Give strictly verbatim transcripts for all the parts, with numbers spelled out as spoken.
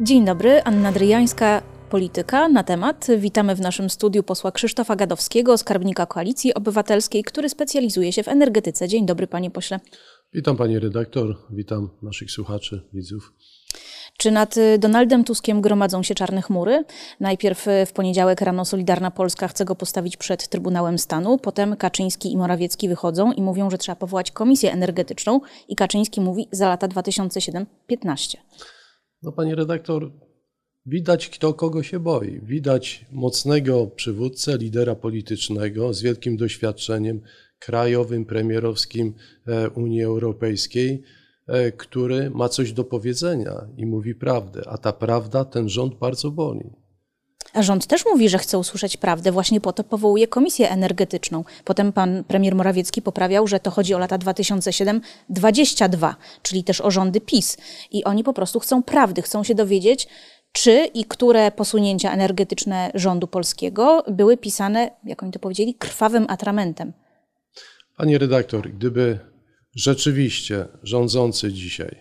Dzień dobry, Anna Dryjańska, Polityka na temat. Witamy w naszym studiu posła Krzysztofa Gadowskiego, skarbnika Koalicji Obywatelskiej, który specjalizuje się w energetyce. Dzień dobry, panie pośle. Witam pani redaktor, witam naszych słuchaczy, widzów. Czy nad Donaldem Tuskiem gromadzą się czarne chmury? Najpierw w poniedziałek rano Solidarna Polska chce go postawić przed Trybunałem Stanu, potem Kaczyński i Morawiecki wychodzą i mówią, że trzeba powołać komisję energetyczną i Kaczyński mówi za lata dwa tysiące siedem do piętnaście. No pani redaktor, widać kto kogo się boi. Widać mocnego przywódcę, lidera politycznego z wielkim doświadczeniem krajowym, premierowskim Unii Europejskiej, który ma coś do powiedzenia i mówi prawdę, a ta prawda ten rząd bardzo boli. A rząd też mówi, że chce usłyszeć prawdę, właśnie po to powołuje komisję energetyczną. Potem pan premier Morawiecki poprawiał, że to chodzi o lata dwa tysiące siedem do dwudziestego drugiego, czyli też o rządy PiS. I oni po prostu chcą prawdy, chcą się dowiedzieć, czy i które posunięcia energetyczne rządu polskiego były pisane, jak oni to powiedzieli, krwawym atramentem. Pani redaktor, gdyby rzeczywiście rządzący dzisiaj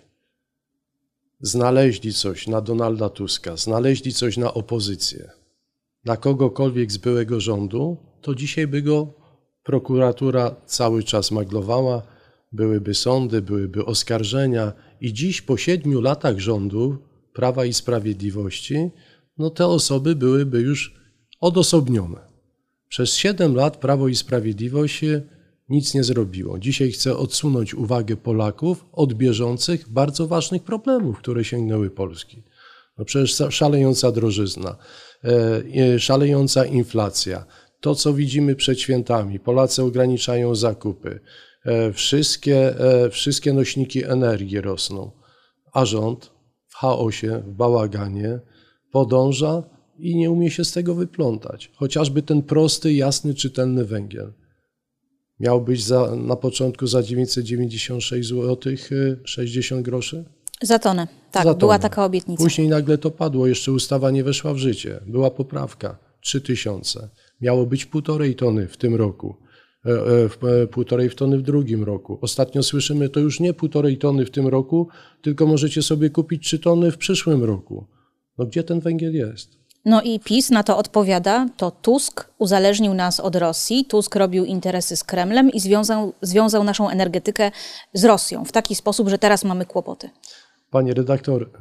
znaleźli coś na Donalda Tuska, znaleźli coś na opozycję, na kogokolwiek z byłego rządu, to dzisiaj by go prokuratura cały czas maglowała, byłyby sądy, byłyby oskarżenia i dziś po siedmiu latach rządu Prawa i Sprawiedliwości, no te osoby byłyby już odosobnione. Przez siedem lat Prawo i Sprawiedliwość nic nie zrobiło. Dzisiaj chcę odsunąć uwagę Polaków od bieżących, bardzo ważnych problemów, które sięgnęły Polski. No przecież szalejąca drożyzna, szalejąca inflacja, to co widzimy przed świętami, Polacy ograniczają zakupy, wszystkie, wszystkie nośniki energii rosną, a rząd w chaosie, w bałaganie podąża i nie umie się z tego wyplątać. Chociażby ten prosty, jasny, czytelny węgiel. Miał być za, na początku za dziewięćset dziewięćdziesiąt sześć złotych sześćdziesiąt groszy? Za tonę, tak, za była tonę. taka obietnica. Później nagle to padło, jeszcze ustawa nie weszła w życie. Była poprawka, trzy tysiące. Miało być półtorej tony w tym roku, e, e, półtorej tony w drugim roku. Ostatnio słyszymy, to już nie półtorej tony w tym roku, tylko możecie sobie kupić trzy tony w przyszłym roku. No gdzie ten węgiel jest? No i PiS na to odpowiada, to Tusk uzależnił nas od Rosji, Tusk robił interesy z Kremlem i związał, związał naszą energetykę z Rosją w taki sposób, że teraz mamy kłopoty. Panie redaktor,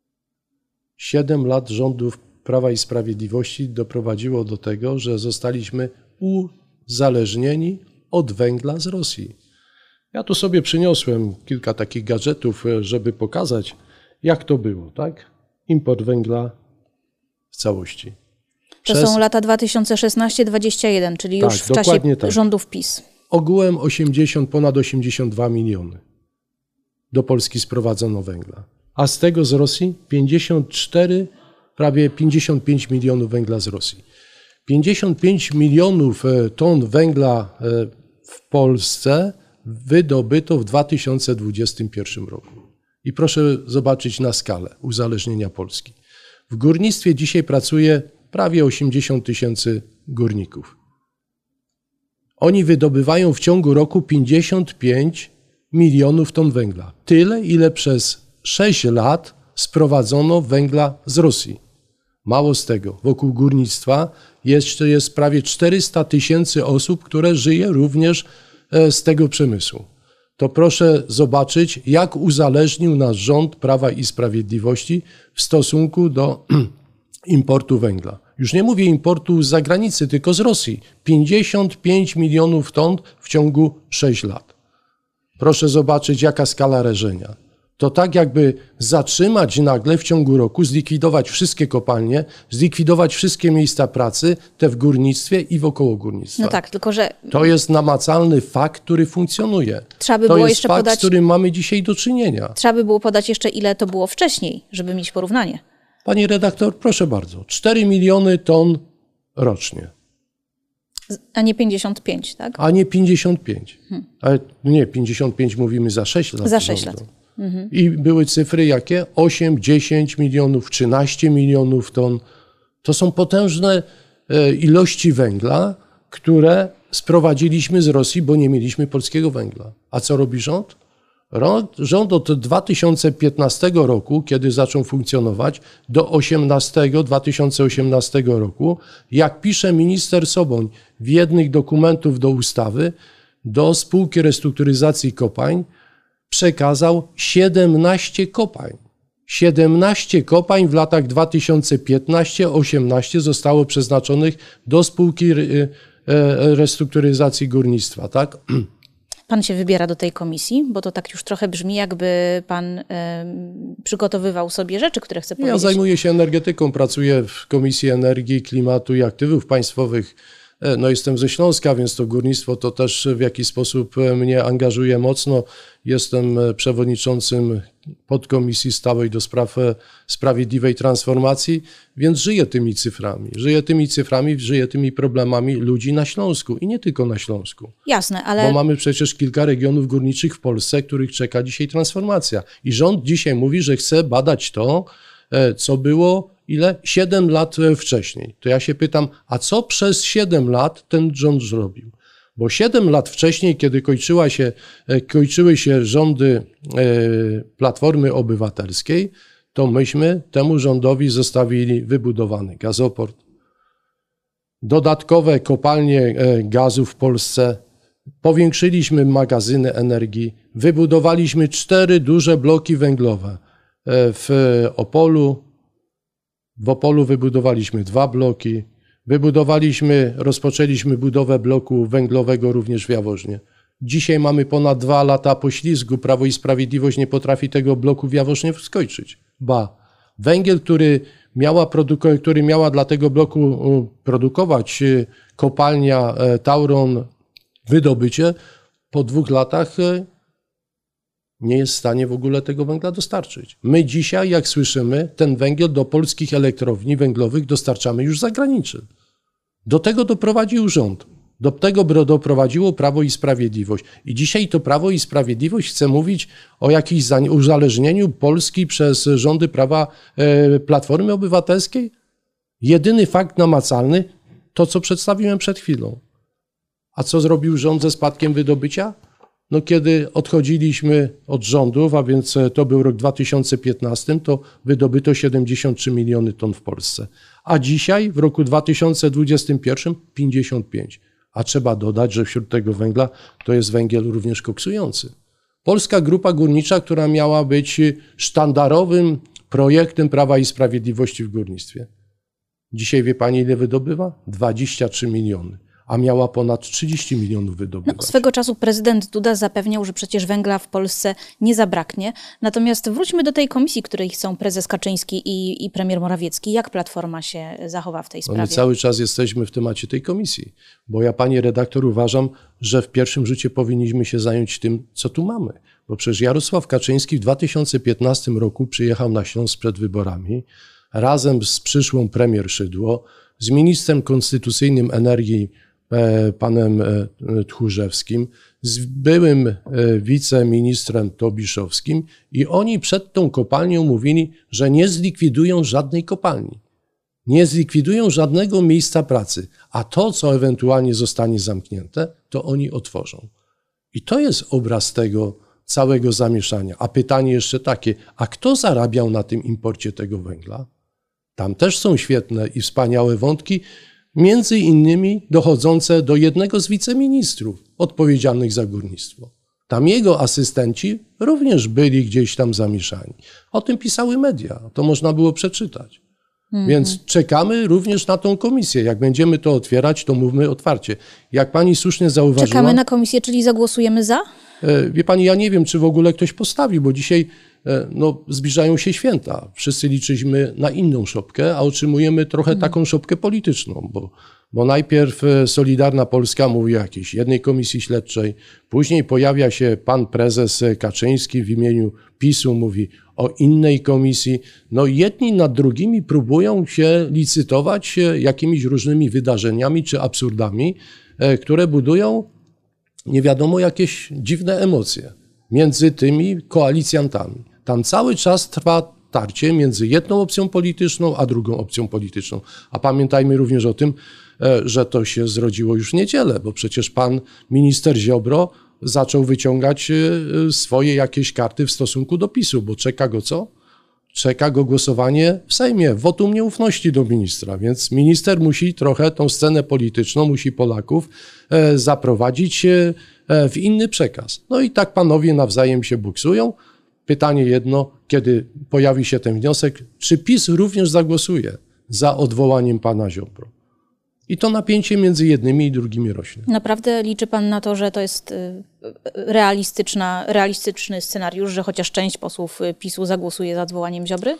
siedem lat rządów Prawa i Sprawiedliwości doprowadziło do tego, że zostaliśmy uzależnieni od węgla z Rosji. Ja tu sobie przyniosłem kilka takich gadżetów, żeby pokazać, jak to było, tak? Import węgla w całości. To Przez... są lata dwa tysiące szesnaście do dwudziestego pierwszego, czyli tak, już w czasie tak. rządów PiS. Ogółem osiemdziesiąt, ponad osiemdziesiąt dwa miliony do Polski sprowadzono węgla, a z tego z Rosji pięćdziesiąt cztery, prawie pięćdziesiąt pięć milionów węgla z Rosji. pięćdziesiąt pięć milionów ton węgla w Polsce wydobyto w dwa tysiące dwudziestym pierwszym roku. I proszę zobaczyć na skalę uzależnienia Polski. W górnictwie dzisiaj pracuje prawie osiemdziesiąt tysięcy górników. Oni wydobywają w ciągu roku pięćdziesiąt pięć milionów ton węgla. Tyle, ile przez sześć lat sprowadzono węgla z Rosji. Mało z tego, wokół górnictwa jeszcze jest prawie czterysta tysięcy osób, które żyje również z tego przemysłu. To proszę zobaczyć, jak uzależnił nas rząd Prawa i Sprawiedliwości w stosunku do importu węgla. Już nie mówię importu z zagranicy, tylko z Rosji. pięćdziesiąt pięć milionów ton w ciągu sześciu lat. Proszę zobaczyć, jaka skala rażenia. To tak jakby zatrzymać nagle w ciągu roku, zlikwidować wszystkie kopalnie, zlikwidować wszystkie miejsca pracy, te w górnictwie i wokoło górnictwa. No tak, tylko że... To jest namacalny fakt, który funkcjonuje. Trzeba by to było jest jeszcze fakt, podać... z którym mamy dzisiaj do czynienia. Trzeba by było podać jeszcze, ile to było wcześniej, żeby mieć porównanie. Pani redaktor, proszę bardzo. cztery miliony ton rocznie. A nie pięćdziesiąt pięć, tak? A nie pięćdziesiąt pięć. Hmm. Ale nie, pięćdziesiąt pięć mówimy za sześć lat. Za sześć lat. Mhm. I były cyfry jakie? osiem, dziesięć milionów, trzynaście milionów ton. To są potężne ilości węgla, które sprowadziliśmy z Rosji, bo nie mieliśmy polskiego węgla. A co robi rząd? Rząd od dwa tysiące piętnastego roku, kiedy zaczął funkcjonować, do dwa tysiące osiemnastego roku, jak pisze minister Soboń w jednych dokumentów do ustawy, do Spółki Restrukturyzacji Kopalń przekazał siedemnaście kopalń. siedemnaście kopalń w latach dwa tysiące piętnastym do osiemnastego zostało przeznaczonych do Spółki Restrukturyzacji Górnictwa, tak? Pan się wybiera do tej komisji, bo to tak już trochę brzmi, jakby pan y, przygotowywał sobie rzeczy, które chce powiedzieć. Ja zajmuję się energetyką, pracuję w Komisji Energii, Klimatu i Aktywów Państwowych. No jestem ze Śląska, więc to górnictwo to też w jakiś sposób mnie angażuje mocno. Jestem przewodniczącym podkomisji stałej do spraw sprawiedliwej transformacji, więc żyję tymi cyframi. Żyję tymi cyframi, żyję tymi problemami ludzi na Śląsku i nie tylko na Śląsku. Jasne, ale... Bo mamy przecież kilka regionów górniczych w Polsce, których czeka dzisiaj transformacja. I rząd dzisiaj mówi, że chce badać to, co było ile? Siedem lat wcześniej. To ja się pytam, a co przez siedem lat ten rząd zrobił? Bo siedem lat wcześniej, kiedy kończyła się, kończyły się rządy Platformy Obywatelskiej, to myśmy temu rządowi zostawili wybudowany gazoport, dodatkowe kopalnie gazu w Polsce, powiększyliśmy magazyny energii, wybudowaliśmy cztery duże bloki węglowe w Opolu. W Opolu wybudowaliśmy dwa bloki, wybudowaliśmy, rozpoczęliśmy budowę bloku węglowego również w Jaworznie. Dzisiaj mamy ponad dwa lata poślizgu, Prawo i Sprawiedliwość nie potrafi tego bloku w Jaworznie skończyć. Ba, węgiel, który miała, produko- który miała dla tego bloku produkować kopalnia Tauron wydobycie, po dwóch latach nie jest w stanie w ogóle tego węgla dostarczyć. My dzisiaj, jak słyszymy, ten węgiel do polskich elektrowni węglowych dostarczamy już zagraniczny. Do tego doprowadził rząd. Do tego doprowadziło Prawo i Sprawiedliwość. I dzisiaj to Prawo i Sprawiedliwość chce mówić o jakimś uzależnieniu Polski przez rządy prawa e, Platformy Obywatelskiej? Jedyny fakt namacalny to, co przedstawiłem przed chwilą. A co zrobił rząd ze spadkiem wydobycia? No kiedy odchodziliśmy od rządów, a więc to był rok dwa tysiące piętnasty, to wydobyto siedemdziesiąt trzy miliony ton w Polsce. A dzisiaj w roku dwa tysiące dwudziestym pierwszym pięćdziesiąt pięć. A trzeba dodać, że wśród tego węgla to jest węgiel również koksujący. Polska Grupa Górnicza, która miała być sztandarowym projektem Prawa i Sprawiedliwości w górnictwie. Dzisiaj wie pani, ile wydobywa? dwadzieścia trzy miliony. A miała ponad trzydzieści milionów wydobywać. No, swego czasu prezydent Duda zapewniał, że przecież węgla w Polsce nie zabraknie. Natomiast wróćmy do tej komisji, której chcą prezes Kaczyński i, i premier Morawiecki. Jak Platforma się zachowa w tej sprawie? No my cały czas jesteśmy w temacie tej komisji, bo ja, pani redaktor, uważam, że w pierwszym rzucie powinniśmy się zająć tym, co tu mamy. Bo przecież Jarosław Kaczyński w dwa tysiące piętnastym roku przyjechał na Śląsk przed wyborami razem z przyszłą premier Szydło, z ministrem konstytucyjnym energii panem Tchórzewskim, z byłym wiceministrem Tobiszowskim i oni przed tą kopalnią mówili, że nie zlikwidują żadnej kopalni, nie zlikwidują żadnego miejsca pracy, a to, co ewentualnie zostanie zamknięte, to oni otworzą. I to jest obraz tego całego zamieszania. A pytanie jeszcze takie, a kto zarabiał na tym imporcie tego węgla? Tam też są świetne i wspaniałe wątki, między innymi dochodzące do jednego z wiceministrów odpowiedzialnych za górnictwo. Tam jego asystenci również byli gdzieś tam zamieszani. O tym pisały media, to można było przeczytać. Mhm. Więc czekamy również na tą komisję. Jak będziemy to otwierać, to mówmy otwarcie. Jak pani słusznie zauważyła... Czekamy na komisję, czyli zagłosujemy za? Wie pani, ja nie wiem, czy w ogóle ktoś postawi, bo dzisiaj no, zbliżają się święta. Wszyscy liczyliśmy na inną szopkę, a otrzymujemy trochę hmm. taką szopkę polityczną, bo, bo najpierw Solidarna Polska mówi o jakiejś jednej komisji śledczej, później pojawia się pan prezes Kaczyński w imieniu PiSu, mówi o innej komisji. No jedni nad drugimi próbują się licytować jakimiś różnymi wydarzeniami czy absurdami, które budują nie wiadomo jakieś dziwne emocje między tymi koalicjantami. Tam cały czas trwa tarcie między jedną opcją polityczną, a drugą opcją polityczną. A pamiętajmy również o tym, że to się zrodziło już w niedzielę, bo przecież pan minister Ziobro zaczął wyciągać swoje jakieś karty w stosunku do PiSu, bo czeka go co? Czeka go głosowanie w Sejmie, wotum nieufności do ministra, więc minister musi trochę tą scenę polityczną, musi Polaków zaprowadzić w inny przekaz. No i tak panowie nawzajem się buksują. Pytanie jedno, kiedy pojawi się ten wniosek, czy PiS również zagłosuje za odwołaniem pana Ziobro? I to napięcie między jednymi i drugimi rośnie. Naprawdę liczy pan na to, że to jest realistyczna, realistyczny scenariusz, że chociaż część posłów PiSu zagłosuje za odwołaniem Ziobry?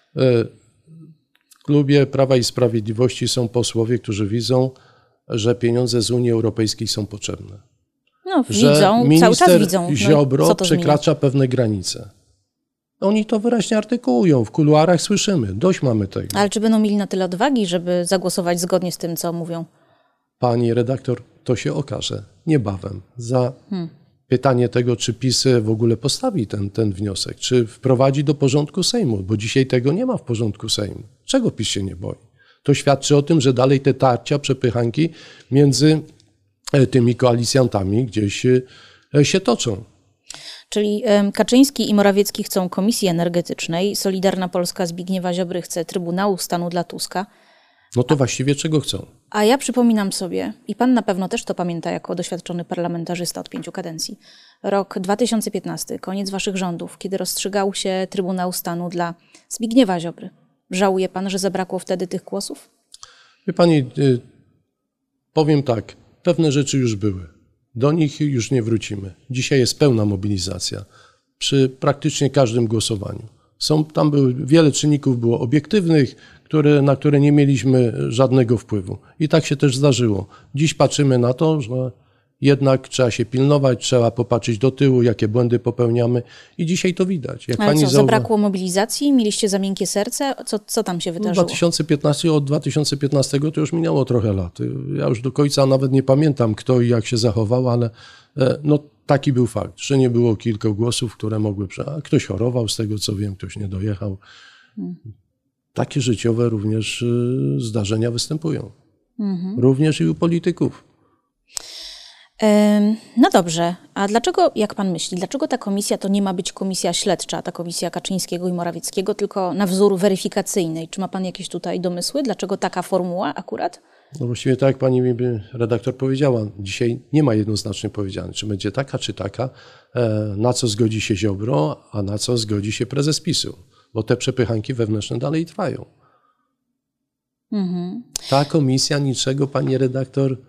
W klubie Prawa i Sprawiedliwości są posłowie, którzy widzą, że pieniądze z Unii Europejskiej są potrzebne. No, że widzą, cały czas widzą. No, Ziobro przekracza zmienia? pewne granice. Oni to wyraźnie artykułują, w kuluarach słyszymy, dość mamy tego. Ale czy będą mieli na tyle odwagi, żeby zagłosować zgodnie z tym, co mówią? Pani redaktor, to się okaże niebawem. Za hmm. pytanie tego, czy PiS w ogóle postawi ten, ten wniosek, czy wprowadzi do porządku Sejmu, bo dzisiaj tego nie ma w porządku Sejmu. Czego PiS się nie boi? To świadczy o tym, że dalej te tarcia, przepychanki między tymi koalicjantami gdzieś się toczą. Czyli Kaczyński i Morawiecki chcą Komisji Energetycznej, Solidarna Polska Zbigniewa Ziobry chce Trybunału Stanu dla Tuska. No to właściwie czego chcą? A ja przypominam sobie, i pan na pewno też to pamięta jako doświadczony parlamentarzysta od pięciu kadencji, rok dwa tysiące piętnasty, koniec waszych rządów, kiedy rozstrzygał się Trybunał Stanu dla Zbigniewa Ziobry. Żałuje pan, że zabrakło wtedy tych głosów? Wie pani, powiem tak, pewne rzeczy już były. Do nich już nie wrócimy. Dzisiaj jest pełna mobilizacja przy praktycznie każdym głosowaniu. Są, tam były, wiele czynników było obiektywnych, które, na które nie mieliśmy żadnego wpływu. I tak się też zdarzyło. Dziś patrzymy na to, że jednak trzeba się pilnować, trzeba popatrzeć do tyłu, jakie błędy popełniamy i dzisiaj to widać. Jak Ale pani co, zauwa- zabrakło mobilizacji? Mieliście za miękkie serce? Co, co tam się wydarzyło? dwa tysiące piętnastego, od dwa tysiące piętnastego to już minęło trochę lat. Ja już do końca nawet nie pamiętam, kto i jak się zachował, ale no, taki był fakt, że nie było kilku głosów, które mogły... A ktoś chorował, z tego co wiem, ktoś nie dojechał. Hmm. Takie życiowe również zdarzenia występują. Mhm. Również i u polityków. No dobrze, a dlaczego, jak pan myśli, dlaczego ta komisja to nie ma być komisja śledcza, ta komisja Kaczyńskiego i Morawieckiego, tylko na wzór weryfikacyjnej? Czy ma pan jakieś tutaj domysły? Dlaczego taka formuła akurat? No właściwie tak jak pani redaktor powiedziała, dzisiaj nie ma jednoznacznie powiedziane, czy będzie taka, czy taka, na co zgodzi się Ziobro, a na co zgodzi się prezes PiSu, bo te przepychanki wewnętrzne dalej trwają. Mhm. Ta komisja niczego, pani redaktor,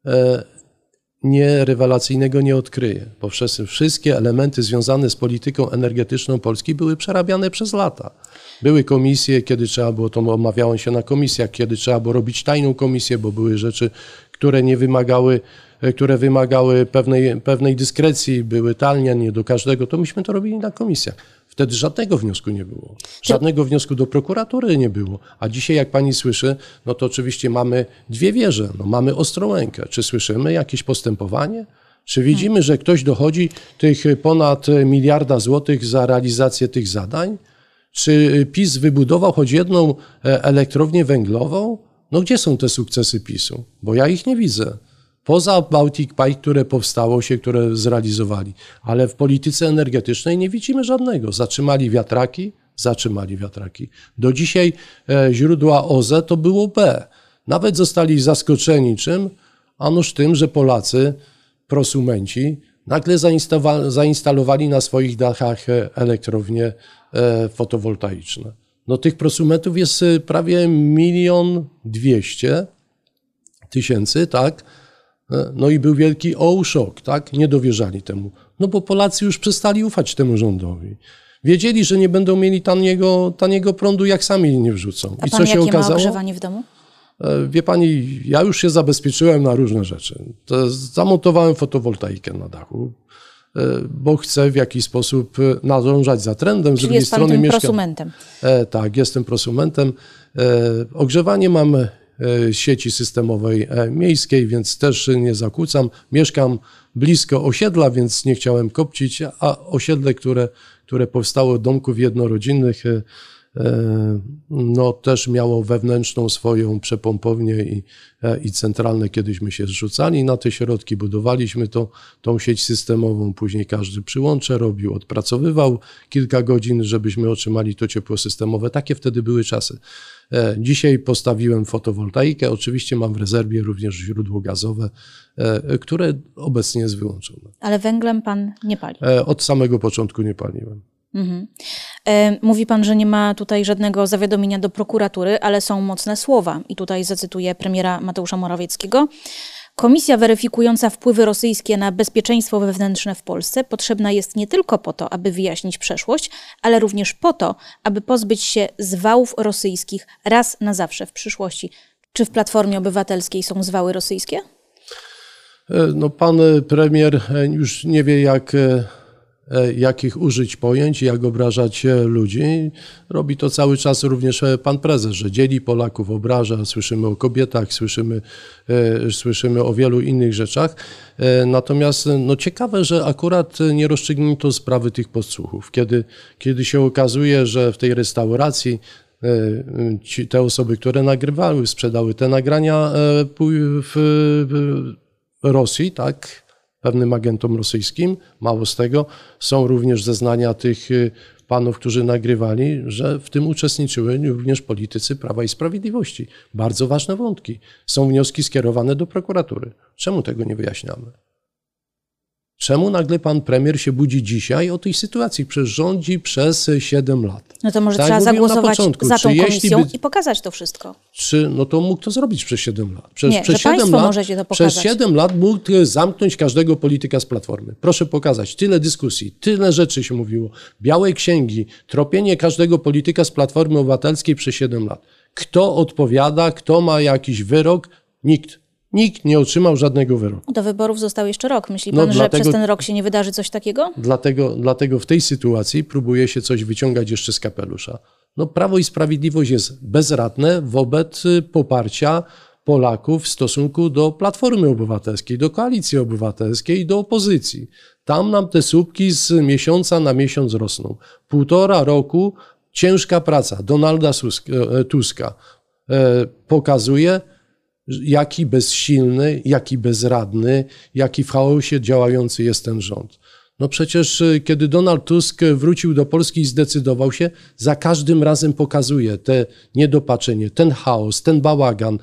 nie rewelacyjnego nie odkryje, bo wszystkie elementy związane z polityką energetyczną Polski były przerabiane przez lata. Były komisje, kiedy trzeba było, to omawiało się na komisjach, kiedy trzeba było robić tajną komisję, bo były rzeczy, które nie wymagały, które wymagały pewnej, pewnej dyskrecji, były talnie, nie do każdego, to myśmy to robili na komisjach. Wtedy żadnego wniosku nie było. Żadnego wniosku do prokuratury nie było. A dzisiaj, jak pani słyszy, no to oczywiście mamy dwie wieże. No mamy Ostrołękę. Czy słyszymy jakieś postępowanie? Czy widzimy, że ktoś dochodzi tych ponad miliarda złotych za realizację tych zadań? Czy PiS wybudował choć jedną elektrownię węglową? No gdzie są te sukcesy PiSu? Bo ja ich nie widzę. Poza Baltic Pipe, które powstało się, które zrealizowali. Ale w polityce energetycznej nie widzimy żadnego. Zatrzymali wiatraki, zatrzymali wiatraki. Do dzisiaj e, źródła O Z E to było B. Nawet zostali zaskoczeni czym? Anoż tym, że Polacy, prosumenci, nagle zainstalowali, zainstalowali na swoich dachach elektrownie e, fotowoltaiczne. No tych prosumentów jest prawie milion dwieście tysięcy, tak? No i był wielki oh szok, tak? Nie dowierzali temu. No bo Polacy już przestali ufać temu rządowi. Wiedzieli, że nie będą mieli taniego, taniego prądu, jak sami nie wrzucą. A I pan co się jakie okazało? ma ogrzewanie w domu? Wie pani, ja już się zabezpieczyłem na różne rzeczy. To zamontowałem fotowoltaikę na dachu, bo chcę w jakiś sposób nadążać za trendem. Z Czyli drugiej jest pan strony tym mieszkam... prosumentem. E, tak, jestem prosumentem. E, ogrzewanie mam e, sieci systemowej e, miejskiej, więc też nie zakłócam. Mieszkam blisko osiedla, więc nie chciałem kopcić, a osiedle, które, które powstało domków jednorodzinnych, e, no też miało wewnętrzną swoją przepompownię i, i centralne, kiedyśmy się zrzucali na te środki, budowaliśmy to, tą sieć systemową, później każdy przyłącze robił, odpracowywał kilka godzin, żebyśmy otrzymali to ciepło systemowe. Takie wtedy były czasy. Dzisiaj postawiłem fotowoltaikę, oczywiście mam w rezerwie również źródło gazowe, które obecnie jest wyłączone. Ale węglem pan nie pali? Od samego początku nie paliłem. Mhm. Mówi pan, że nie ma tutaj żadnego zawiadomienia do prokuratury, ale są mocne słowa. I tutaj zacytuję premiera Mateusza Morawieckiego. Komisja weryfikująca wpływy rosyjskie na bezpieczeństwo wewnętrzne w Polsce potrzebna jest nie tylko po to, aby wyjaśnić przeszłość, ale również po to, aby pozbyć się zwałów rosyjskich raz na zawsze w przyszłości. Czy w Platformie Obywatelskiej są zwały rosyjskie? No, pan premier już nie wie, jak... jakich użyć pojęć, jak obrażać ludzi. Robi to cały czas również pan prezes, że dzieli Polaków, obraża, słyszymy o kobietach, słyszymy, słyszymy o wielu innych rzeczach. Natomiast no, ciekawe, że akurat nie rozstrzygnięto sprawy tych podsłuchów. Kiedy, kiedy się okazuje, że w tej restauracji ci, te osoby, które nagrywały, sprzedały te nagrania w Rosji, tak, pewnym agentom rosyjskim. Mało z tego, są również zeznania tych panów, którzy nagrywali, że w tym uczestniczyły również politycy Prawa i Sprawiedliwości. Bardzo ważne wątki. Są wnioski skierowane do prokuratury. Czemu tego nie wyjaśniamy? Czemu nagle pan premier się budzi dzisiaj o tej sytuacji? Przecież rządzi przez siedem lat. No to może tak trzeba zagłosować początku, za tą komisją by, i pokazać to wszystko. Czy, no to mógł to zrobić przez siedem lat. Przez, nie, przez że państwo lat, możecie to pokazać. Przez siedem lat mógł zamknąć każdego polityka z Platformy. Proszę pokazać, tyle dyskusji, tyle rzeczy się mówiło. Białe księgi, tropienie każdego polityka z Platformy Obywatelskiej przez siedem lat. Kto odpowiada, kto ma jakiś wyrok? Nikt. Nikt nie otrzymał żadnego wyroku. Do wyborów został jeszcze rok. Myśli No pan, że dlatego, przez ten rok się nie wydarzy coś takiego? Dlatego, dlatego w tej sytuacji próbuje się coś wyciągać jeszcze z kapelusza. No, Prawo i Sprawiedliwość jest bezradne wobec poparcia Polaków w stosunku do Platformy Obywatelskiej, do Koalicji Obywatelskiej i do opozycji. Tam nam te słupki z miesiąca na miesiąc rosną. Półtora roku ciężka praca Donalda Tuska pokazuje, jaki bezsilny, jaki bezradny, jaki w chaosie działający jest ten rząd. No przecież kiedy Donald Tusk wrócił do Polski i zdecydował się, za każdym razem pokazuje te niedopatrzenie, ten chaos, ten bałagan,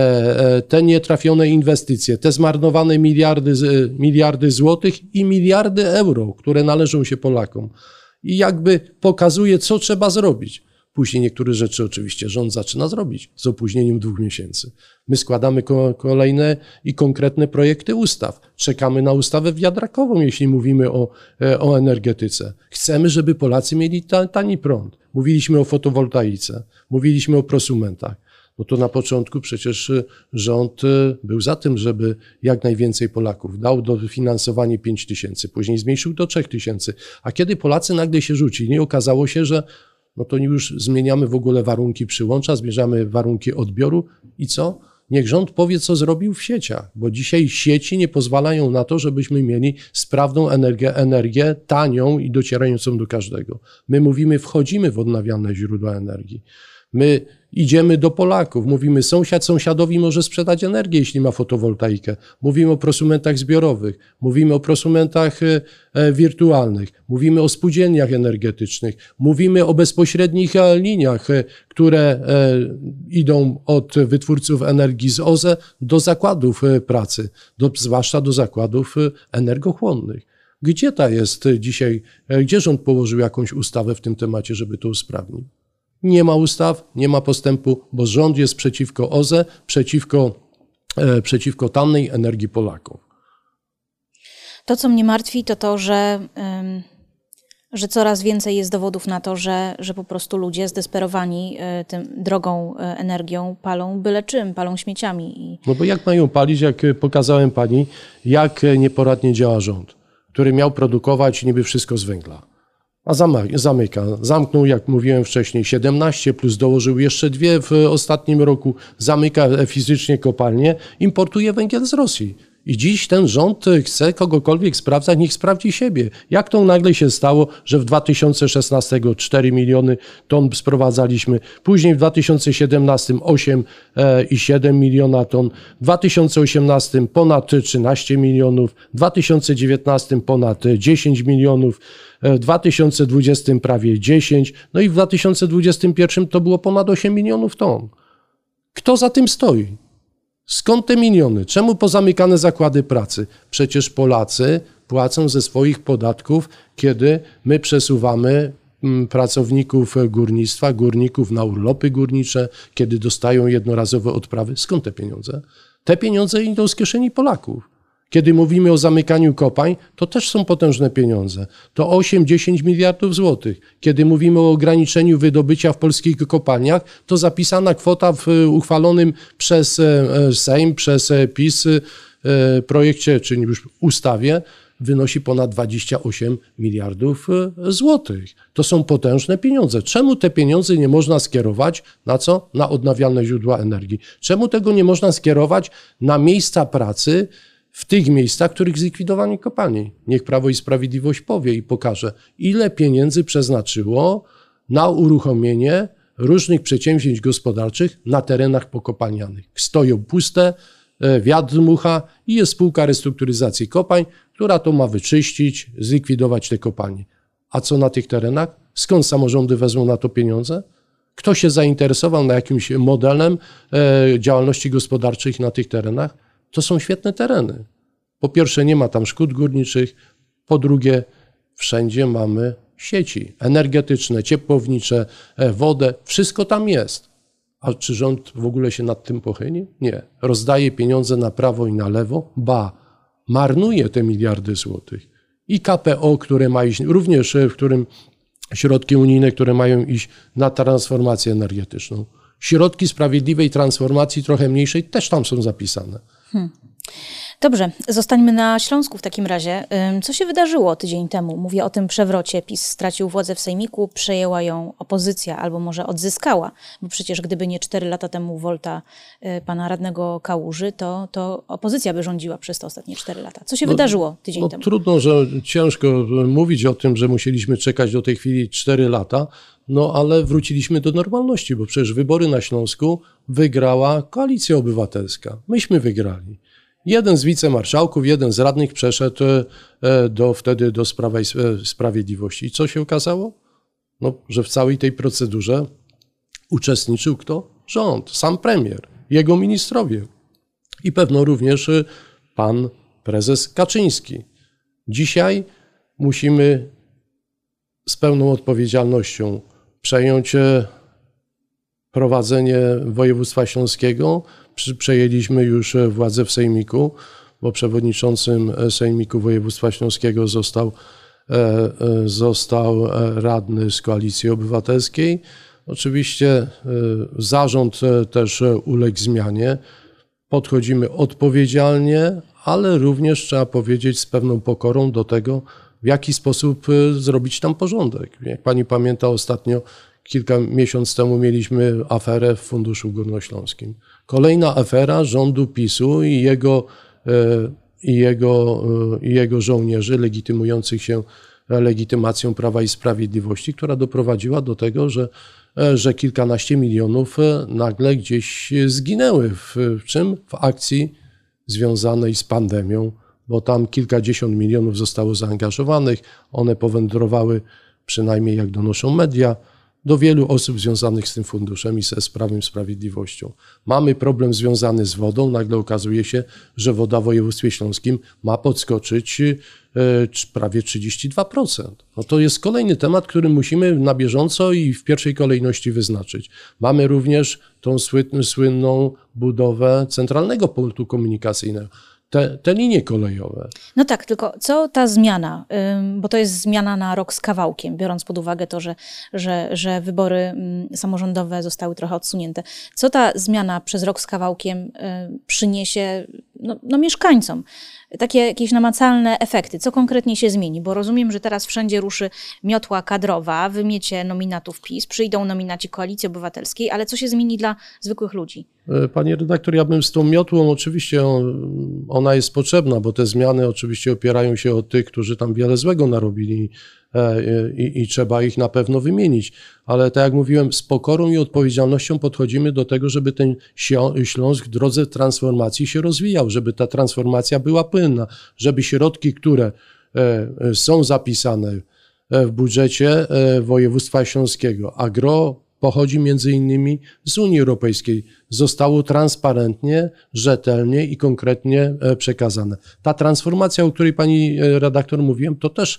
te nietrafione inwestycje, te zmarnowane miliardy, miliardy złotych i miliardy euro, które należą się Polakom. I jakby pokazuje, co trzeba zrobić. Później niektóre rzeczy oczywiście rząd zaczyna zrobić z opóźnieniem dwóch miesięcy. My składamy kolejne i konkretne projekty ustaw. Czekamy na ustawę wiatrakową, jeśli mówimy o, o energetyce. Chcemy, żeby Polacy mieli tani prąd. Mówiliśmy o fotowoltaice, mówiliśmy o prosumentach. No to na początku przecież rząd był za tym, żeby jak najwięcej Polaków dał dofinansowanie pięć tysięcy, później zmniejszył do trzech tysięcy. A kiedy Polacy nagle się rzucili, okazało się, że no to już zmieniamy w ogóle warunki przyłącza, zmieniamy warunki odbioru i co? Niech rząd powie, co zrobił w sieciach, bo dzisiaj sieci nie pozwalają na to, żebyśmy mieli sprawną energię, energię tanią i docierającą do każdego. My mówimy, wchodzimy w odnawialne źródła energii. My idziemy do Polaków, mówimy, sąsiad sąsiadowi może sprzedać energię, jeśli ma fotowoltaikę. Mówimy o prosumentach zbiorowych, mówimy o prosumentach wirtualnych, mówimy o spółdzielniach energetycznych, mówimy o bezpośrednich liniach, które idą od wytwórców energii z O Z E do zakładów pracy, do, zwłaszcza do zakładów energochłonnych. Gdzie ta jest dzisiaj, gdzie rząd położył jakąś ustawę w tym temacie, żeby to usprawnić? Nie ma ustaw, nie ma postępu, bo rząd jest przeciwko O Z E, przeciwko, e, przeciwko tannej energii Polaków. To, co mnie martwi, to to, że, ym, że coraz więcej jest dowodów na to, że, że po prostu ludzie zdesperowani y, tym drogą y, energią palą byle czym, palą śmieciami. I... No bo jak mają palić, jak pokazałem pani, jak nieporadnie działa rząd, który miał produkować niby wszystko z węgla. A zamyka. Zamknął, jak mówiłem wcześniej, siedemnaście, plus dołożył jeszcze dwie w ostatnim roku. Zamyka fizycznie kopalnie, importuje węgiel z Rosji. I dziś ten rząd chce kogokolwiek sprawdzać, niech sprawdzi siebie. Jak to nagle się stało, że w dwa tysiące szesnastym cztery miliony ton sprowadzaliśmy, później w dwa tysiące siedemnastym osiem i siedem miliona ton, w dwa tysiące osiemnastym ponad trzynaście milionów, w dwa tysiące dziewiętnastym ponad dziesięć milionów, w dwa tysiące dwudziestym prawie dziesięć, no i w dwa tysiące dwudziestym pierwszym to było ponad osiem milionów ton. Kto za tym stoi? Skąd te miliony? Czemu pozamykane zakłady pracy? Przecież Polacy płacą ze swoich podatków, kiedy my przesuwamy pracowników górnictwa, górników na urlopy górnicze, kiedy dostają jednorazowe odprawy. Skąd te pieniądze? Te pieniądze idą z kieszeni Polaków. Kiedy mówimy o zamykaniu kopalń, to też są potężne pieniądze. To osiem do dziesięciu miliardów złotych. Kiedy mówimy o ograniczeniu wydobycia w polskich kopalniach, to zapisana kwota w uchwalonym przez Sejm, przez PiS projekcie, czy już ustawie, wynosi ponad dwadzieścia osiem miliardów złotych. To są potężne pieniądze. Czemu te pieniądze nie można skierować na co? Na odnawialne źródła energii. Czemu tego nie można skierować na miejsca pracy w tych miejscach, w których zlikwidowano kopalnie? Niech Prawo i Sprawiedliwość powie i pokaże, ile pieniędzy przeznaczyło na uruchomienie różnych przedsięwzięć gospodarczych na terenach pokopalnianych. Stoją puste, wiatr dmucha i jest spółka restrukturyzacji kopalń, która to ma wyczyścić, zlikwidować te kopalnie. A co na tych terenach? Skąd samorządy wezmą na to pieniądze? Kto się zainteresował na jakimś modelem e, działalności gospodarczych na tych terenach? To są świetne tereny. Po pierwsze, nie ma tam szkód górniczych. Po drugie, wszędzie mamy sieci energetyczne, ciepłownicze, wodę. Wszystko tam jest. A czy rząd w ogóle się nad tym pochyli? Nie. Rozdaje pieniądze na prawo i na lewo, ba, marnuje te miliardy złotych. I K P O, które ma iść, również w którym środki unijne, które mają iść na transformację energetyczną. Środki sprawiedliwej transformacji, trochę mniejszej, też tam są zapisane. Hmm. Dobrze, zostańmy na Śląsku w takim razie. Co się wydarzyło tydzień temu? Mówię o tym przewrocie. PiS stracił władzę w Sejmiku, przejęła ją opozycja, albo może odzyskała, bo przecież gdyby nie cztery lata temu wolta pana radnego Kałuży, to, to opozycja by rządziła przez te ostatnie cztery lata. Co się no, wydarzyło tydzień no, temu? Trudno, że ciężko mówić o tym, że musieliśmy czekać do tej chwili cztery lata, no ale wróciliśmy do normalności, bo przecież wybory na Śląsku wygrała Koalicja Obywatelska. Myśmy wygrali. Jeden z wicemarszałków, jeden z radnych przeszedł do, wtedy do Prawa i Sprawiedliwości. I co się okazało? No, że w całej tej procedurze uczestniczył kto? Rząd, sam premier, jego ministrowie i pewno również pan prezes Kaczyński. Dzisiaj musimy z pełną odpowiedzialnością przejąć prowadzenie województwa śląskiego. Przejęliśmy już władzę w Sejmiku, bo przewodniczącym Sejmiku Województwa Śląskiego został, został radny z Koalicji Obywatelskiej. Oczywiście zarząd też uległ zmianie. Podchodzimy odpowiedzialnie, ale również trzeba powiedzieć z pewną pokorą do tego, w jaki sposób zrobić tam porządek. Jak pani pamięta, ostatnio kilka miesięcy temu mieliśmy aferę w Funduszu Górnośląskim. Kolejna afera rządu PiSu i jego, i jego, i jego żołnierzy legitymujących się legitymacją Prawa i Sprawiedliwości, która doprowadziła do tego, że, że kilkanaście milionów nagle gdzieś zginęły. W, w czym? W akcji związanej z pandemią, bo tam kilkadziesiąt milionów zostało zaangażowanych. One powędrowały, przynajmniej jak donoszą media, do wielu osób związanych z tym funduszem i ze Prawem i Sprawiedliwością. Mamy problem związany z wodą. Nagle okazuje się, że woda w województwie śląskim ma podskoczyć prawie trzydzieści dwa procent. No to jest kolejny temat, który musimy na bieżąco i w pierwszej kolejności wyznaczyć. Mamy również tą słynną budowę centralnego portu komunikacyjnego. Te, te linie kolejowe. No tak, tylko co ta zmiana, bo to jest zmiana na rok z kawałkiem, biorąc pod uwagę to, że, że, że wybory samorządowe zostały trochę odsunięte. Co ta zmiana przez rok z kawałkiem przyniesie no, no mieszkańcom. Takie jakieś namacalne efekty. Co konkretnie się zmieni? Bo rozumiem, że teraz wszędzie ruszy miotła kadrowa, wymiecie nominatów PiS, przyjdą nominaci Koalicji Obywatelskiej, ale co się zmieni dla zwykłych ludzi? Panie redaktor, ja bym z tą miotłą, oczywiście ona jest potrzebna, bo te zmiany oczywiście opierają się o tych, którzy tam wiele złego narobili i, i trzeba ich na pewno wymienić. Ale tak jak mówiłem, z pokorą i odpowiedzialnością podchodzimy do tego, żeby ten Śląsk w drodze transformacji się rozwijał, żeby ta transformacja była płynna, żeby środki, które są zapisane w budżecie województwa śląskiego, a gro pochodzi między innymi z Unii Europejskiej, zostało transparentnie, rzetelnie i konkretnie przekazane. Ta transformacja, o której pani redaktor mówiłem, to też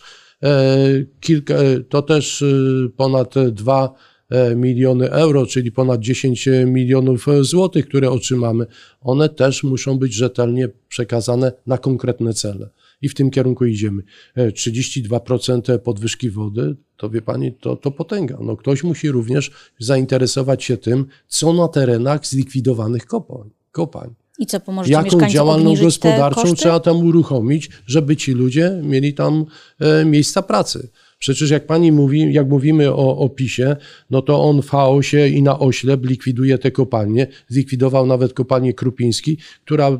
kilka, to też ponad dwa miliony euro, czyli ponad dziesięć milionów złotych, które otrzymamy. One też muszą być rzetelnie przekazane na konkretne cele. I w tym kierunku idziemy. trzydzieści dwa procent podwyżki wody, to wie pani, to, to potęga. No, ktoś musi również zainteresować się tym, co na terenach zlikwidowanych kopań. kopań. I co, pomożecie Jaką mieszkańcom działalną obniżyć gospodarczą te koszty? trzeba tam uruchomić, żeby ci ludzie mieli tam e, miejsca pracy. Przecież jak pani mówi, jak mówimy o, o PiSie, no to on w chaosie i na oślep likwiduje te kopalnie. Zlikwidował nawet kopalnię Krupiński, która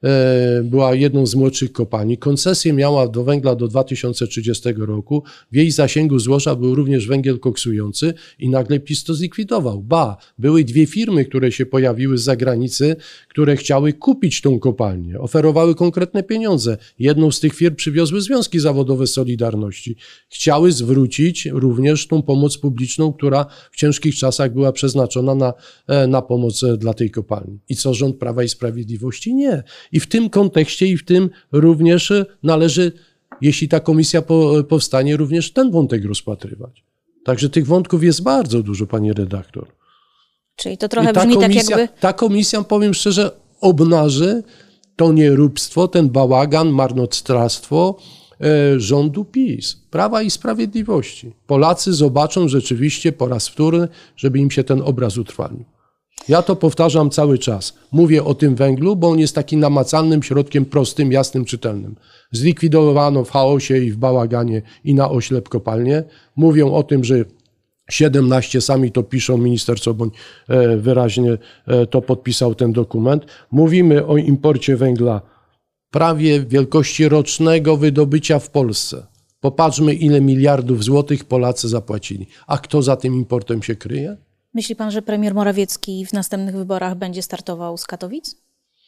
była jedną z młodszych kopalni. Koncesję miała do węgla do dwa tysiące trzydziestego roku. W jej zasięgu złoża był również węgiel koksujący i nagle PiS to zlikwidował. Ba, były dwie firmy, które się pojawiły z zagranicy, które chciały kupić tą kopalnię. Oferowały konkretne pieniądze. Jedną z tych firm przywiozły związki zawodowe Solidarności. Chciały zwrócić również tą pomoc publiczną, która w ciężkich czasach była przeznaczona na, na pomoc dla tej kopalni. I co rząd Prawa i Sprawiedliwości? Nie. I w tym kontekście i w tym również należy, jeśli ta komisja po, powstanie, również ten wątek rozpatrywać. Także tych wątków jest bardzo dużo, pani redaktor. Czyli to trochę I ta brzmi komisja, tak jakby... Ta komisja, powiem szczerze, obnaży to nieróbstwo, ten bałagan, marnotrawstwo e, rządu PiS, Prawa i Sprawiedliwości. Polacy zobaczą rzeczywiście po raz wtórny, żeby im się ten obraz utrwalił. Ja to powtarzam cały czas. Mówię o tym węglu, bo on jest takim namacalnym środkiem prostym, jasnym, czytelnym. Zlikwidowano w chaosie i w bałaganie i na oślep kopalnie. Mówią o tym, że siedemnaście, sami to piszą, minister Soboń wyraźnie to podpisał ten dokument. Mówimy o imporcie węgla prawie wielkości rocznego wydobycia w Polsce. Popatrzmy, ile miliardów złotych Polacy zapłacili. A kto za tym importem się kryje? Myśli pan, że premier Morawiecki w następnych wyborach będzie startował z Katowic?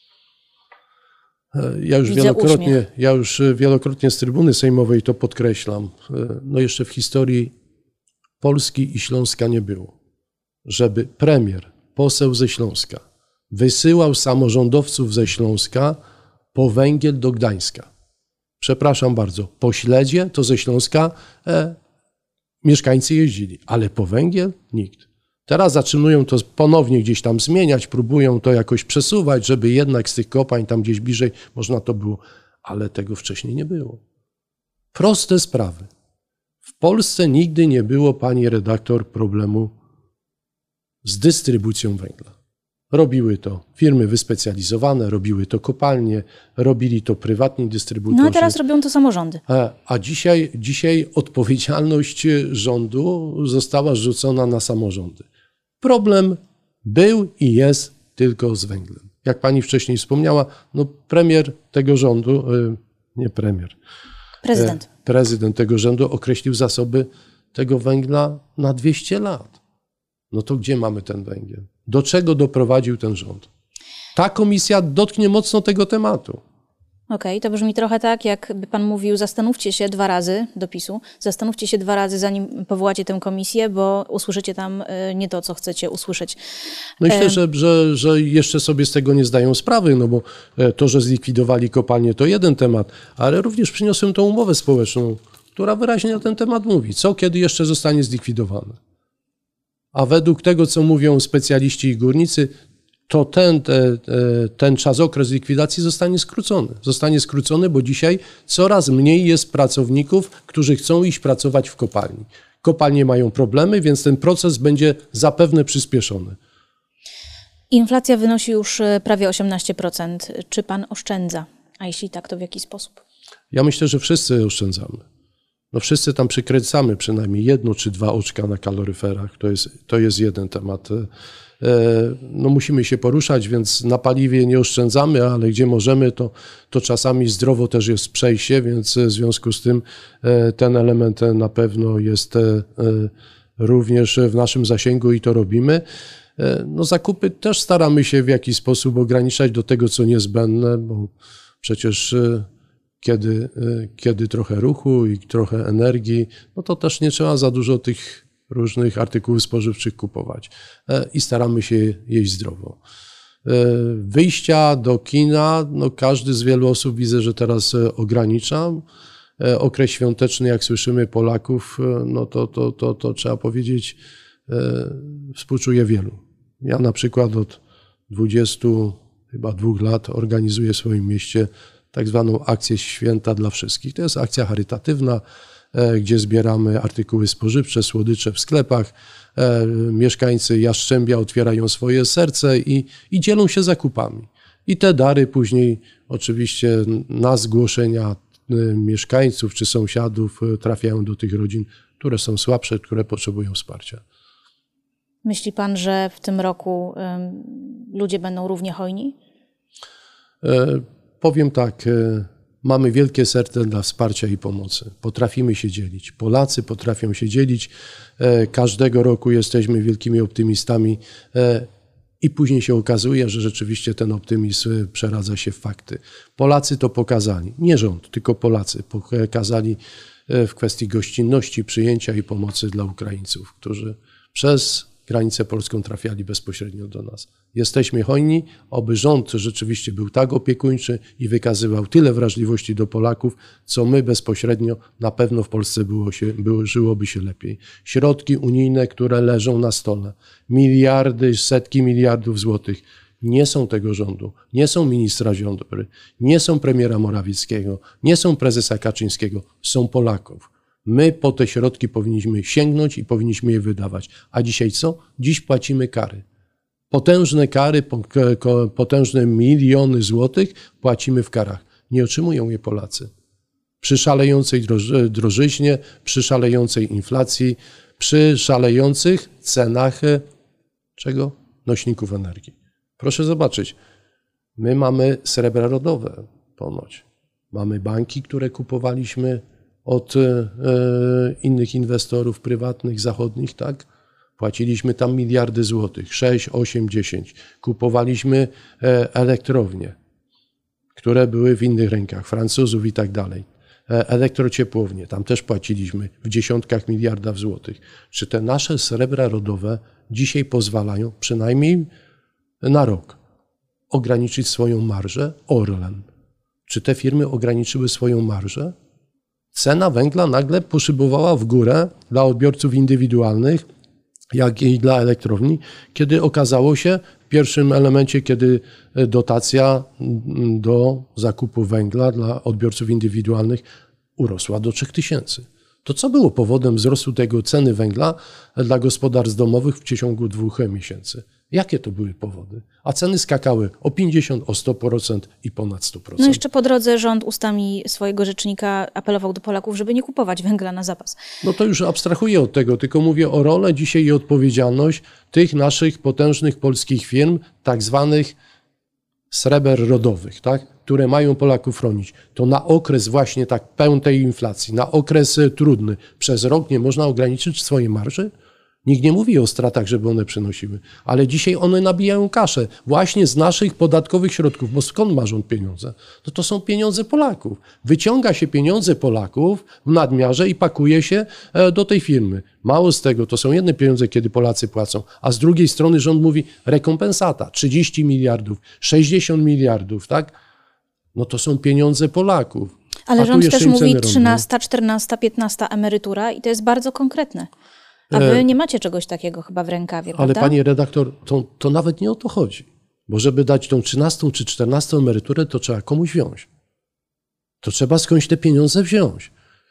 Ja już, Widzę wielokrotnie, uśmiech. ja już wielokrotnie z trybuny sejmowej to podkreślam. No jeszcze w historii Polski i Śląska nie było, żeby premier, poseł ze Śląska wysyłał samorządowców ze Śląska po węgiel do Gdańska. Przepraszam bardzo, po śledzie to ze Śląska e, mieszkańcy jeździli, ale po węgiel nikt. Teraz zaczynują to ponownie gdzieś tam zmieniać, próbują to jakoś przesuwać, żeby jednak z tych kopań tam gdzieś bliżej można to było, ale tego wcześniej nie było. Proste sprawy. W Polsce nigdy nie było, pani redaktor, problemu z dystrybucją węgla. Robiły to firmy wyspecjalizowane, robiły to kopalnie, robili to prywatni dystrybutorzy. No a teraz robią to samorządy. A, a dzisiaj, dzisiaj odpowiedzialność rządu została zrzucona na samorządy. Problem był i jest tylko z węglem. Jak pani wcześniej wspomniała, no premier tego rządu, nie premier, Prezydent. prezydent tego rządu określił zasoby tego węgla na dwieście lat. No to gdzie mamy ten węgiel? Do czego doprowadził ten rząd? Ta komisja dotknie mocno tego tematu. Okej, okay, to brzmi trochę tak, jakby pan mówił, zastanówcie się dwa razy do PiSu, zastanówcie się dwa razy, zanim powołacie tę komisję, bo usłyszycie tam nie to, co chcecie usłyszeć. Myślę, że, że, że jeszcze sobie z tego nie zdają sprawy, no bo to, że zlikwidowali kopalnię, to jeden temat, ale również przyniosłem tą umowę społeczną, która wyraźnie na ten temat mówi, co kiedy jeszcze zostanie zlikwidowane. A według tego, co mówią specjaliści i górnicy, to ten, ten, ten czas, okres likwidacji zostanie skrócony. Zostanie skrócony, bo dzisiaj coraz mniej jest pracowników, którzy chcą iść pracować w kopalni. Kopalnie mają problemy, więc ten proces będzie zapewne przyspieszony. Inflacja wynosi już prawie osiemnaście procent. Czy pan oszczędza? A jeśli tak, to w jaki sposób? Ja myślę, że wszyscy oszczędzamy. No wszyscy tam przykręcamy przynajmniej jedno czy dwa oczka na kaloryferach. To jest, to jest jeden temat. No musimy się poruszać, więc na paliwie nie oszczędzamy, ale gdzie możemy, to, to czasami zdrowo też jest przejście, więc w związku z tym ten element na pewno jest również w naszym zasięgu i to robimy. No zakupy też staramy się w jakiś sposób ograniczać do tego, co niezbędne, bo przecież kiedy, kiedy trochę ruchu i trochę energii, no to też nie trzeba za dużo tych różnych artykułów spożywczych kupować i staramy się jeść zdrowo. Wyjścia do kina, no każdy z wielu osób widzę, że teraz ogranicza. Okres świąteczny, jak słyszymy Polaków, no to, to, to, to trzeba powiedzieć, współczuję wielu. Ja na przykład od dwudziestu chyba dwóch lat organizuję w swoim mieście tak zwaną akcję Święta dla Wszystkich. To jest akcja charytatywna, gdzie zbieramy artykuły spożywcze, słodycze w sklepach. Mieszkańcy Jastrzębia otwierają swoje serce i, i dzielą się zakupami. I te dary później oczywiście na zgłoszenia mieszkańców czy sąsiadów trafiają do tych rodzin, które są słabsze, które potrzebują wsparcia. Myśli pan, że w tym roku y, ludzie będą równie hojni? E, powiem tak, e, mamy wielkie serce dla wsparcia i pomocy. Potrafimy się dzielić. Polacy potrafią się dzielić. E, każdego roku jesteśmy wielkimi optymistami e, i później się okazuje, że rzeczywiście ten optymizm przeradza się w fakty. Polacy to pokazali. Nie rząd, tylko Polacy pokazali w kwestii gościnności, przyjęcia i pomocy dla Ukraińców, którzy przez granicę polską trafiali bezpośrednio do nas. Jesteśmy hojni, oby rząd rzeczywiście był tak opiekuńczy i wykazywał tyle wrażliwości do Polaków, co my bezpośrednio na pewno w Polsce było się, było, żyłoby się lepiej. Środki unijne, które leżą na stole, miliardy, setki miliardów złotych, nie są tego rządu, nie są ministra Ziobry, nie są premiera Morawieckiego, nie są prezesa Kaczyńskiego, są Polaków. My po te środki powinniśmy sięgnąć i powinniśmy je wydawać. A dzisiaj co? Dziś płacimy kary. Potężne kary, potężne miliony złotych płacimy w karach. Nie otrzymują je Polacy. Przy szalejącej drożyźnie, przy szalejącej inflacji, przy szalejących cenach czego? Nośników energii. Proszę zobaczyć, my mamy srebra rodowe ponoć. Mamy banki, które kupowaliśmy od e, innych inwestorów prywatnych, zachodnich, tak? Płaciliśmy tam miliardy złotych, sześć, osiem, dziesięć. Kupowaliśmy e, elektrownie, które były w innych rękach, Francuzów i tak dalej. E, elektrociepłownie, tam też płaciliśmy w dziesiątkach miliardów złotych. Czy te nasze srebra rodowe dzisiaj pozwalają, przynajmniej na rok, ograniczyć swoją marżę? Orlen. Czy te firmy ograniczyły swoją marżę? Cena węgla nagle poszybowała w górę dla odbiorców indywidualnych, jak i dla elektrowni, kiedy okazało się w pierwszym elemencie, kiedy dotacja do zakupu węgla dla odbiorców indywidualnych urosła do trzech tysięcy. To co było powodem wzrostu tego ceny węgla dla gospodarstw domowych w przeciągu dwóch miesięcy? Jakie to były powody? A ceny skakały o pięćdziesiąt, o sto procent i ponad sto procent. No jeszcze po drodze rząd ustami swojego rzecznika apelował do Polaków, żeby nie kupować węgla na zapas. No to już abstrahuję od tego, tylko mówię o rolę dzisiaj i odpowiedzialność tych naszych potężnych polskich firm, tak zwanych sreber rodowych, tak? Które mają Polaków chronić. To na okres właśnie tak pełnej inflacji, na okres trudny, przez rok nie można ograniczyć swojej marży? Nikt nie mówi o stratach, żeby one przynosiły, ale dzisiaj one nabijają kaszę właśnie z naszych podatkowych środków, bo skąd ma rząd pieniądze? No to są pieniądze Polaków. Wyciąga się pieniądze Polaków w nadmiarze i pakuje się do tej firmy. Mało z tego, to są jedne pieniądze, kiedy Polacy płacą, a z drugiej strony rząd mówi rekompensata, trzydzieści miliardów, sześćdziesiąt miliardów, tak? No to są pieniądze Polaków. Ale rząd też mówi trzynasta, czternasta, piętnasta emerytura i to jest bardzo konkretne. A wy nie macie czegoś takiego chyba w rękawie, ale prawda? Pani redaktor, to, to nawet nie o to chodzi. Bo żeby dać tą trzynastą czy czternastą emeryturę, to trzeba komuś wziąć. To trzeba skądś te pieniądze wziąć.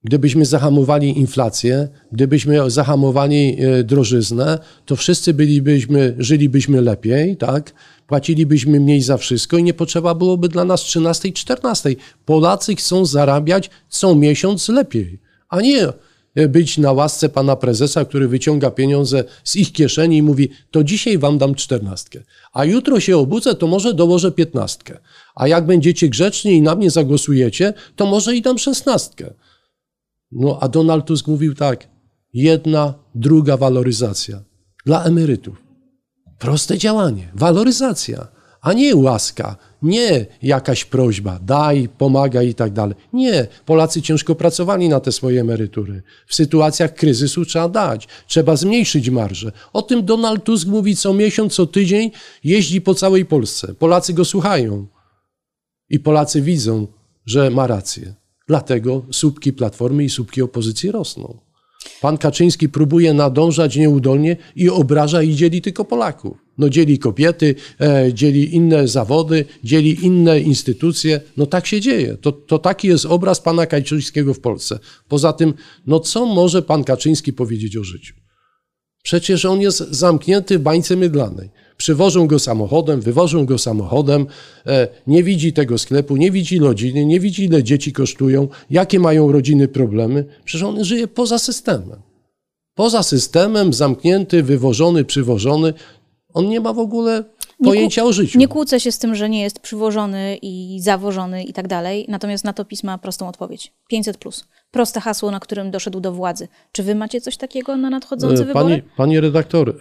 gdybyśmy zahamowali inflację, gdybyśmy zahamowali drożyznę, to wszyscy bylibyśmy, żylibyśmy lepiej, tak? Płacilibyśmy mniej za wszystko i nie potrzeba byłoby dla nas trzynastej, czternastej. Polacy chcą zarabiać co miesiąc lepiej, a nie być na łasce pana prezesa, który wyciąga pieniądze z ich kieszeni i mówi, to dzisiaj wam dam czternastkę, a jutro się obudzę, to może dołożę piętnastkę, a jak będziecie grzeczni i na mnie zagłosujecie, to może i dam szesnastkę. No a Donald Tusk mówił tak, jedna, druga waloryzacja dla emerytów. Proste działanie, waloryzacja, a nie łaska, nie jakaś prośba, daj, pomagaj i tak dalej. Nie, Polacy ciężko pracowali na te swoje emerytury. W sytuacjach kryzysu trzeba dać, trzeba zmniejszyć marżę. O tym Donald Tusk mówi co miesiąc, co tydzień, jeździ po całej Polsce. Polacy go słuchają i Polacy widzą, że ma rację. Dlatego słupki Platformy i słupki opozycji rosną. Pan Kaczyński próbuje nadążać nieudolnie i obraża i dzieli tylko Polaków. No dzieli kobiety, e, dzieli inne zawody, dzieli inne instytucje. No tak się dzieje. To, to taki jest obraz pana Kaczyńskiego w Polsce. Poza tym, no co może pan Kaczyński powiedzieć o życiu? Przecież on jest zamknięty w bańce mydlanej. Przywożą go samochodem, wywożą go samochodem, e, nie widzi tego sklepu, nie widzi rodziny, nie widzi ile dzieci kosztują, jakie mają rodziny problemy. Przecież on żyje poza systemem. Poza systemem, zamknięty, wywożony, przywożony. On nie ma w ogóle pojęcia nie, o życiu. Nie kłócę się z tym, że nie jest przywożony i zawożony i tak dalej, natomiast na to PiS ma prostą odpowiedź. pięćset plus. Proste hasło, na którym doszedł do władzy. Czy wy macie coś takiego na nadchodzące Pani, wybory? Pani redaktor,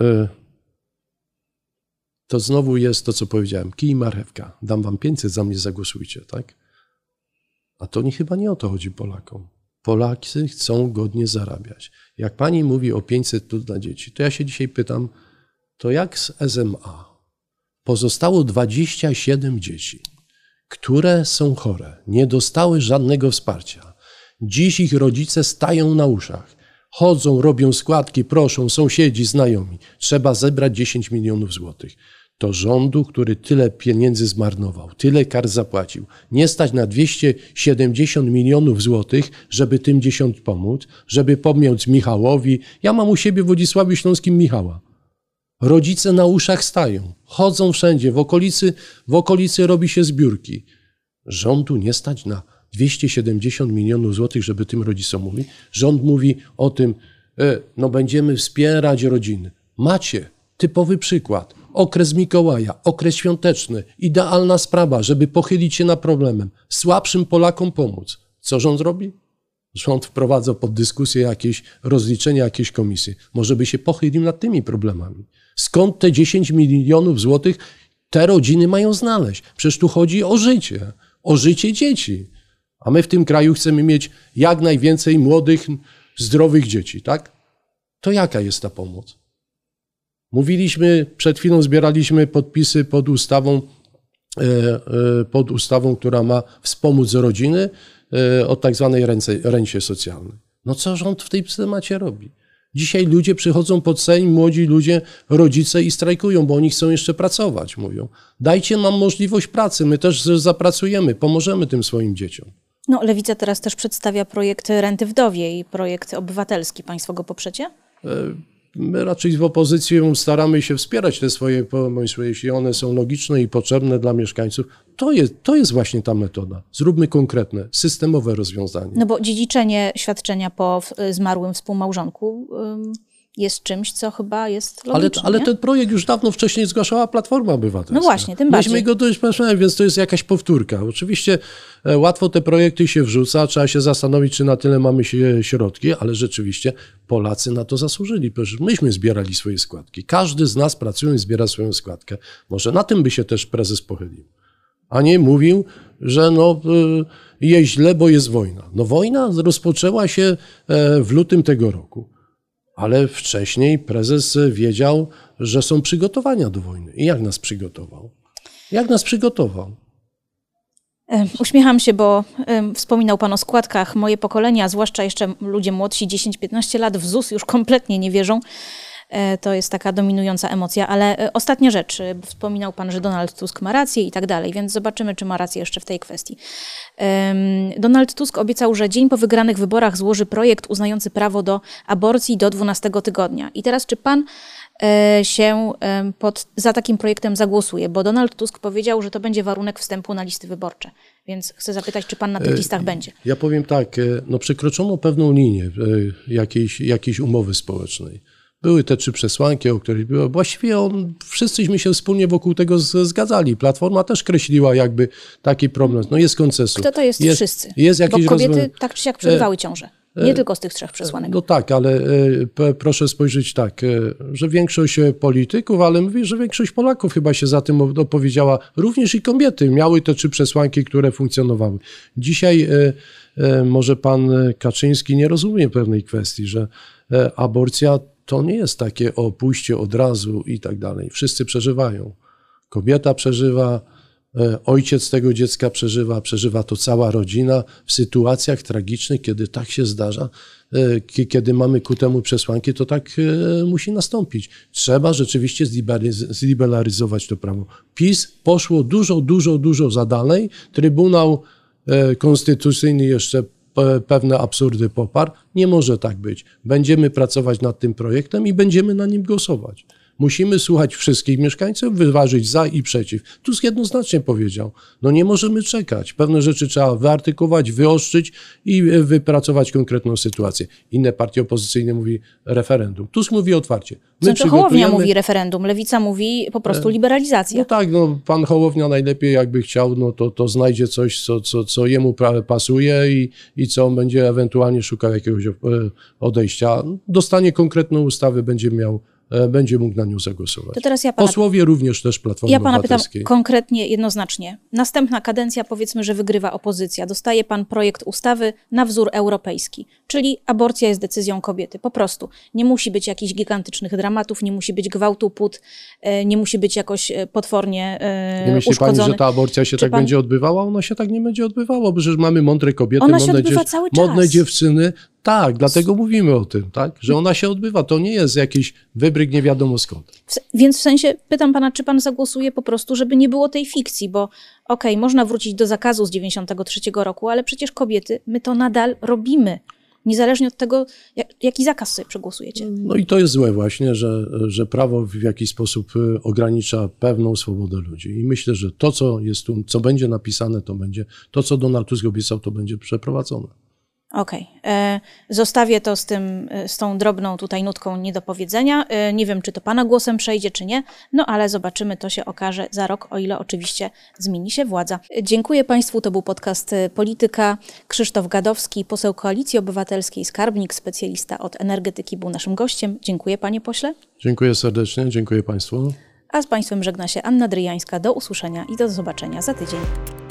to znowu jest to, co powiedziałem. Kij i marchewka. Dam wam pięćset, za mnie zagłosujcie, tak? A to nie, chyba nie o to chodzi Polakom. Polacy chcą godnie zarabiać. Jak pani mówi o pięćset plus dla dzieci, to ja się dzisiaj pytam, to jak z S M A? Pozostało dwadzieścia siedem dzieci, które są chore, nie dostały żadnego wsparcia. Dziś ich rodzice stają na uszach, chodzą, robią składki, proszą, sąsiedzi, znajomi. Trzeba zebrać dziesięć milionów złotych. To rządu, który tyle pieniędzy zmarnował, tyle kar zapłacił. Nie stać na dwieście siedemdziesiąt milionów złotych, żeby tym dziesiąt pomóc, żeby pomóc Michałowi. Ja mam u siebie w Wodzisławiu Śląskim Michała. Rodzice na uszach stają, chodzą wszędzie, w okolicy, w okolicy robi się zbiórki. Rządu nie stać na dwieście siedemdziesiąt milionów złotych, żeby tym rodzicom mówić. Rząd mówi o tym, no będziemy wspierać rodziny. Macie typowy przykład. Okres Mikołaja, okres świąteczny, idealna sprawa, żeby pochylić się nad problemem, słabszym Polakom pomóc. Co rząd robi? Rząd wprowadza pod dyskusję jakieś rozliczenia, jakieś komisje. Może by się pochylił nad tymi problemami. Skąd te dziesięć milionów złotych te rodziny mają znaleźć? Przecież tu chodzi o życie, o życie dzieci. A my w tym kraju chcemy mieć jak najwięcej młodych, zdrowych dzieci, tak? To jaka jest ta pomoc? Mówiliśmy, przed chwilą zbieraliśmy podpisy pod ustawą, pod ustawą, która ma wspomóc rodziny o tak zwanej ręce, rencie socjalnej. No co rząd w tej temacie robi? Dzisiaj ludzie przychodzą pod Sejm, młodzi ludzie, rodzice i strajkują, bo oni chcą jeszcze pracować, mówią. Dajcie nam możliwość pracy, my też zapracujemy, pomożemy tym swoim dzieciom. No, Lewica teraz też przedstawia projekt renty wdowiej, projekt obywatelski. Państwo go poprzecie? My raczej w opozycji staramy się wspierać te swoje pomysły, jeśli one są logiczne i potrzebne dla mieszkańców. To jest, to jest właśnie ta metoda. Zróbmy konkretne, systemowe rozwiązanie. No bo dziedziczenie świadczenia po zmarłym współmałżonku jest czymś, co chyba jest logiczne. Ale, ale ten projekt już dawno wcześniej zgłaszała Platforma Obywatelska. No właśnie, tym bardziej. Myśmy go dość, więc to jest jakaś powtórka. Oczywiście łatwo te projekty się wrzuca, trzeba się zastanowić, czy na tyle mamy się środki, ale rzeczywiście Polacy na to zasłużyli. Przecież myśmy zbierali swoje składki. Każdy z nas pracując zbiera swoją składkę. Może na tym by się też prezes pochylił. A nie mówił, że no, jest źle, bo jest wojna. No wojna rozpoczęła się w lutym tego roku. Ale wcześniej prezes wiedział, że są przygotowania do wojny. I jak nas przygotował? Jak nas przygotował? Uśmiecham się, bo um, wspominał pan o składkach. Moje pokolenie, a zwłaszcza jeszcze ludzie młodsi, dziesięć piętnaście lat, w Z U S już kompletnie nie wierzą. to jest taka dominująca emocja, ale ostatnia rzecz, bo wspominał pan, że Donald Tusk ma rację i tak dalej, więc zobaczymy, czy ma rację jeszcze w tej kwestii. Donald Tusk obiecał, że dzień po wygranych wyborach złoży projekt uznający prawo do aborcji do dwunastego tygodnia. I teraz, czy pan się pod, za takim projektem zagłosuje, bo Donald Tusk powiedział, że to będzie warunek wstępu na listy wyborcze. Więc chcę zapytać, czy pan na tych listach będzie? Ja powiem tak, no przekroczono pewną linię jakiejś, jakiejś umowy społecznej. Były te trzy przesłanki, o których było. Właściwie on, wszyscyśmy się wspólnie wokół tego zgadzali. Platforma też kreśliła jakby taki problem. No jest koncesus. Kto to jest, jest wszyscy? Jest jakiś bo kobiety rozwiązanie. Tak czy siak przerywały ciążę. Nie tylko z tych trzech przesłanek. No tak, ale e, proszę spojrzeć tak, e, że większość polityków, ale mówię, że większość Polaków chyba się za tym opowiedziała, również i kobiety miały te trzy przesłanki, które funkcjonowały. Dzisiaj e, e, może pan Kaczyński nie rozumie pewnej kwestii, że e, aborcja to nie jest takie o pójście od razu i tak dalej. Wszyscy przeżywają. Kobieta przeżywa, ojciec tego dziecka przeżywa, przeżywa to cała rodzina w sytuacjach tragicznych, kiedy tak się zdarza, kiedy mamy ku temu przesłanki, to tak musi nastąpić. Trzeba rzeczywiście zliberalizować to prawo. PiS poszło dużo, dużo, dużo za dalej. Trybunał Konstytucyjny jeszcze pewne absurdy poparł. Nie może tak być. Będziemy pracować nad tym projektem i będziemy na nim głosować. Musimy słuchać wszystkich mieszkańców, wyważyć za i przeciw. Tusk jednoznacznie powiedział, no nie możemy czekać. Pewne rzeczy trzeba wyartykułować, wyostrzyć i wypracować konkretną sytuację. Inne partie opozycyjne mówi referendum. Tusk mówi otwarcie. My znaczy, Hołownia mówi referendum, Lewica mówi po prostu liberalizacja. No tak, no pan Hołownia najlepiej jakby chciał, no to, to znajdzie coś, co, co, co jemu pasuje i, i co on będzie ewentualnie szukał jakiegoś odejścia. Dostanie konkretną ustawę, będzie miał będzie mógł na nią zagłosować. To teraz ja pana, Posłowie również też Platformy Ja pana pytam Obywatelskiej. konkretnie, jednoznacznie. Następna kadencja, powiedzmy, że wygrywa opozycja. Dostaje pan projekt ustawy na wzór europejski, czyli aborcja jest decyzją kobiety. Po prostu. Nie musi być jakichś gigantycznych dramatów, nie musi być gwałtu płód, nie musi być jakoś potwornie uszkodzony. Nie myśli pani, że ta aborcja się Czy tak pan... będzie odbywała? Ona się tak nie będzie odbywała, bo przecież mamy mądre kobiety, Ona się modne, odbywa dziew... cały czas. modne dziewczyny. Tak, dlatego mówimy o tym, tak, że ona się odbywa. To nie jest jakiś wybryk nie wiadomo skąd. W, więc w sensie pytam pana, czy pan zagłosuje po prostu, żeby nie było tej fikcji, bo okej, okay, można wrócić do zakazu z dziewięćdziesiątego trzeciego roku, ale przecież kobiety, my to nadal robimy. Niezależnie od tego, jak, jaki zakaz sobie przegłosujecie. No i to jest złe właśnie, że, że prawo w jakiś sposób ogranicza pewną swobodę ludzi. I myślę, że to, co jest tu, co będzie napisane, to będzie, to, co Donald Tusk obiecał, to będzie przeprowadzone. Okej. Okay. Zostawię to z, tym, z tą drobną tutaj nutką niedopowiedzenia. E, nie wiem, czy to pana głosem przejdzie, czy nie, no ale zobaczymy, to się okaże za rok, o ile oczywiście zmieni się władza. Dziękuję państwu, to był podcast Polityka. Krzysztof Gadowski, poseł Koalicji Obywatelskiej, skarbnik, specjalista od energetyki, był naszym gościem. Dziękuję panie pośle. Dziękuję serdecznie, dziękuję państwu. A z państwem żegna się Anna Dryjańska. Do usłyszenia i do zobaczenia za tydzień.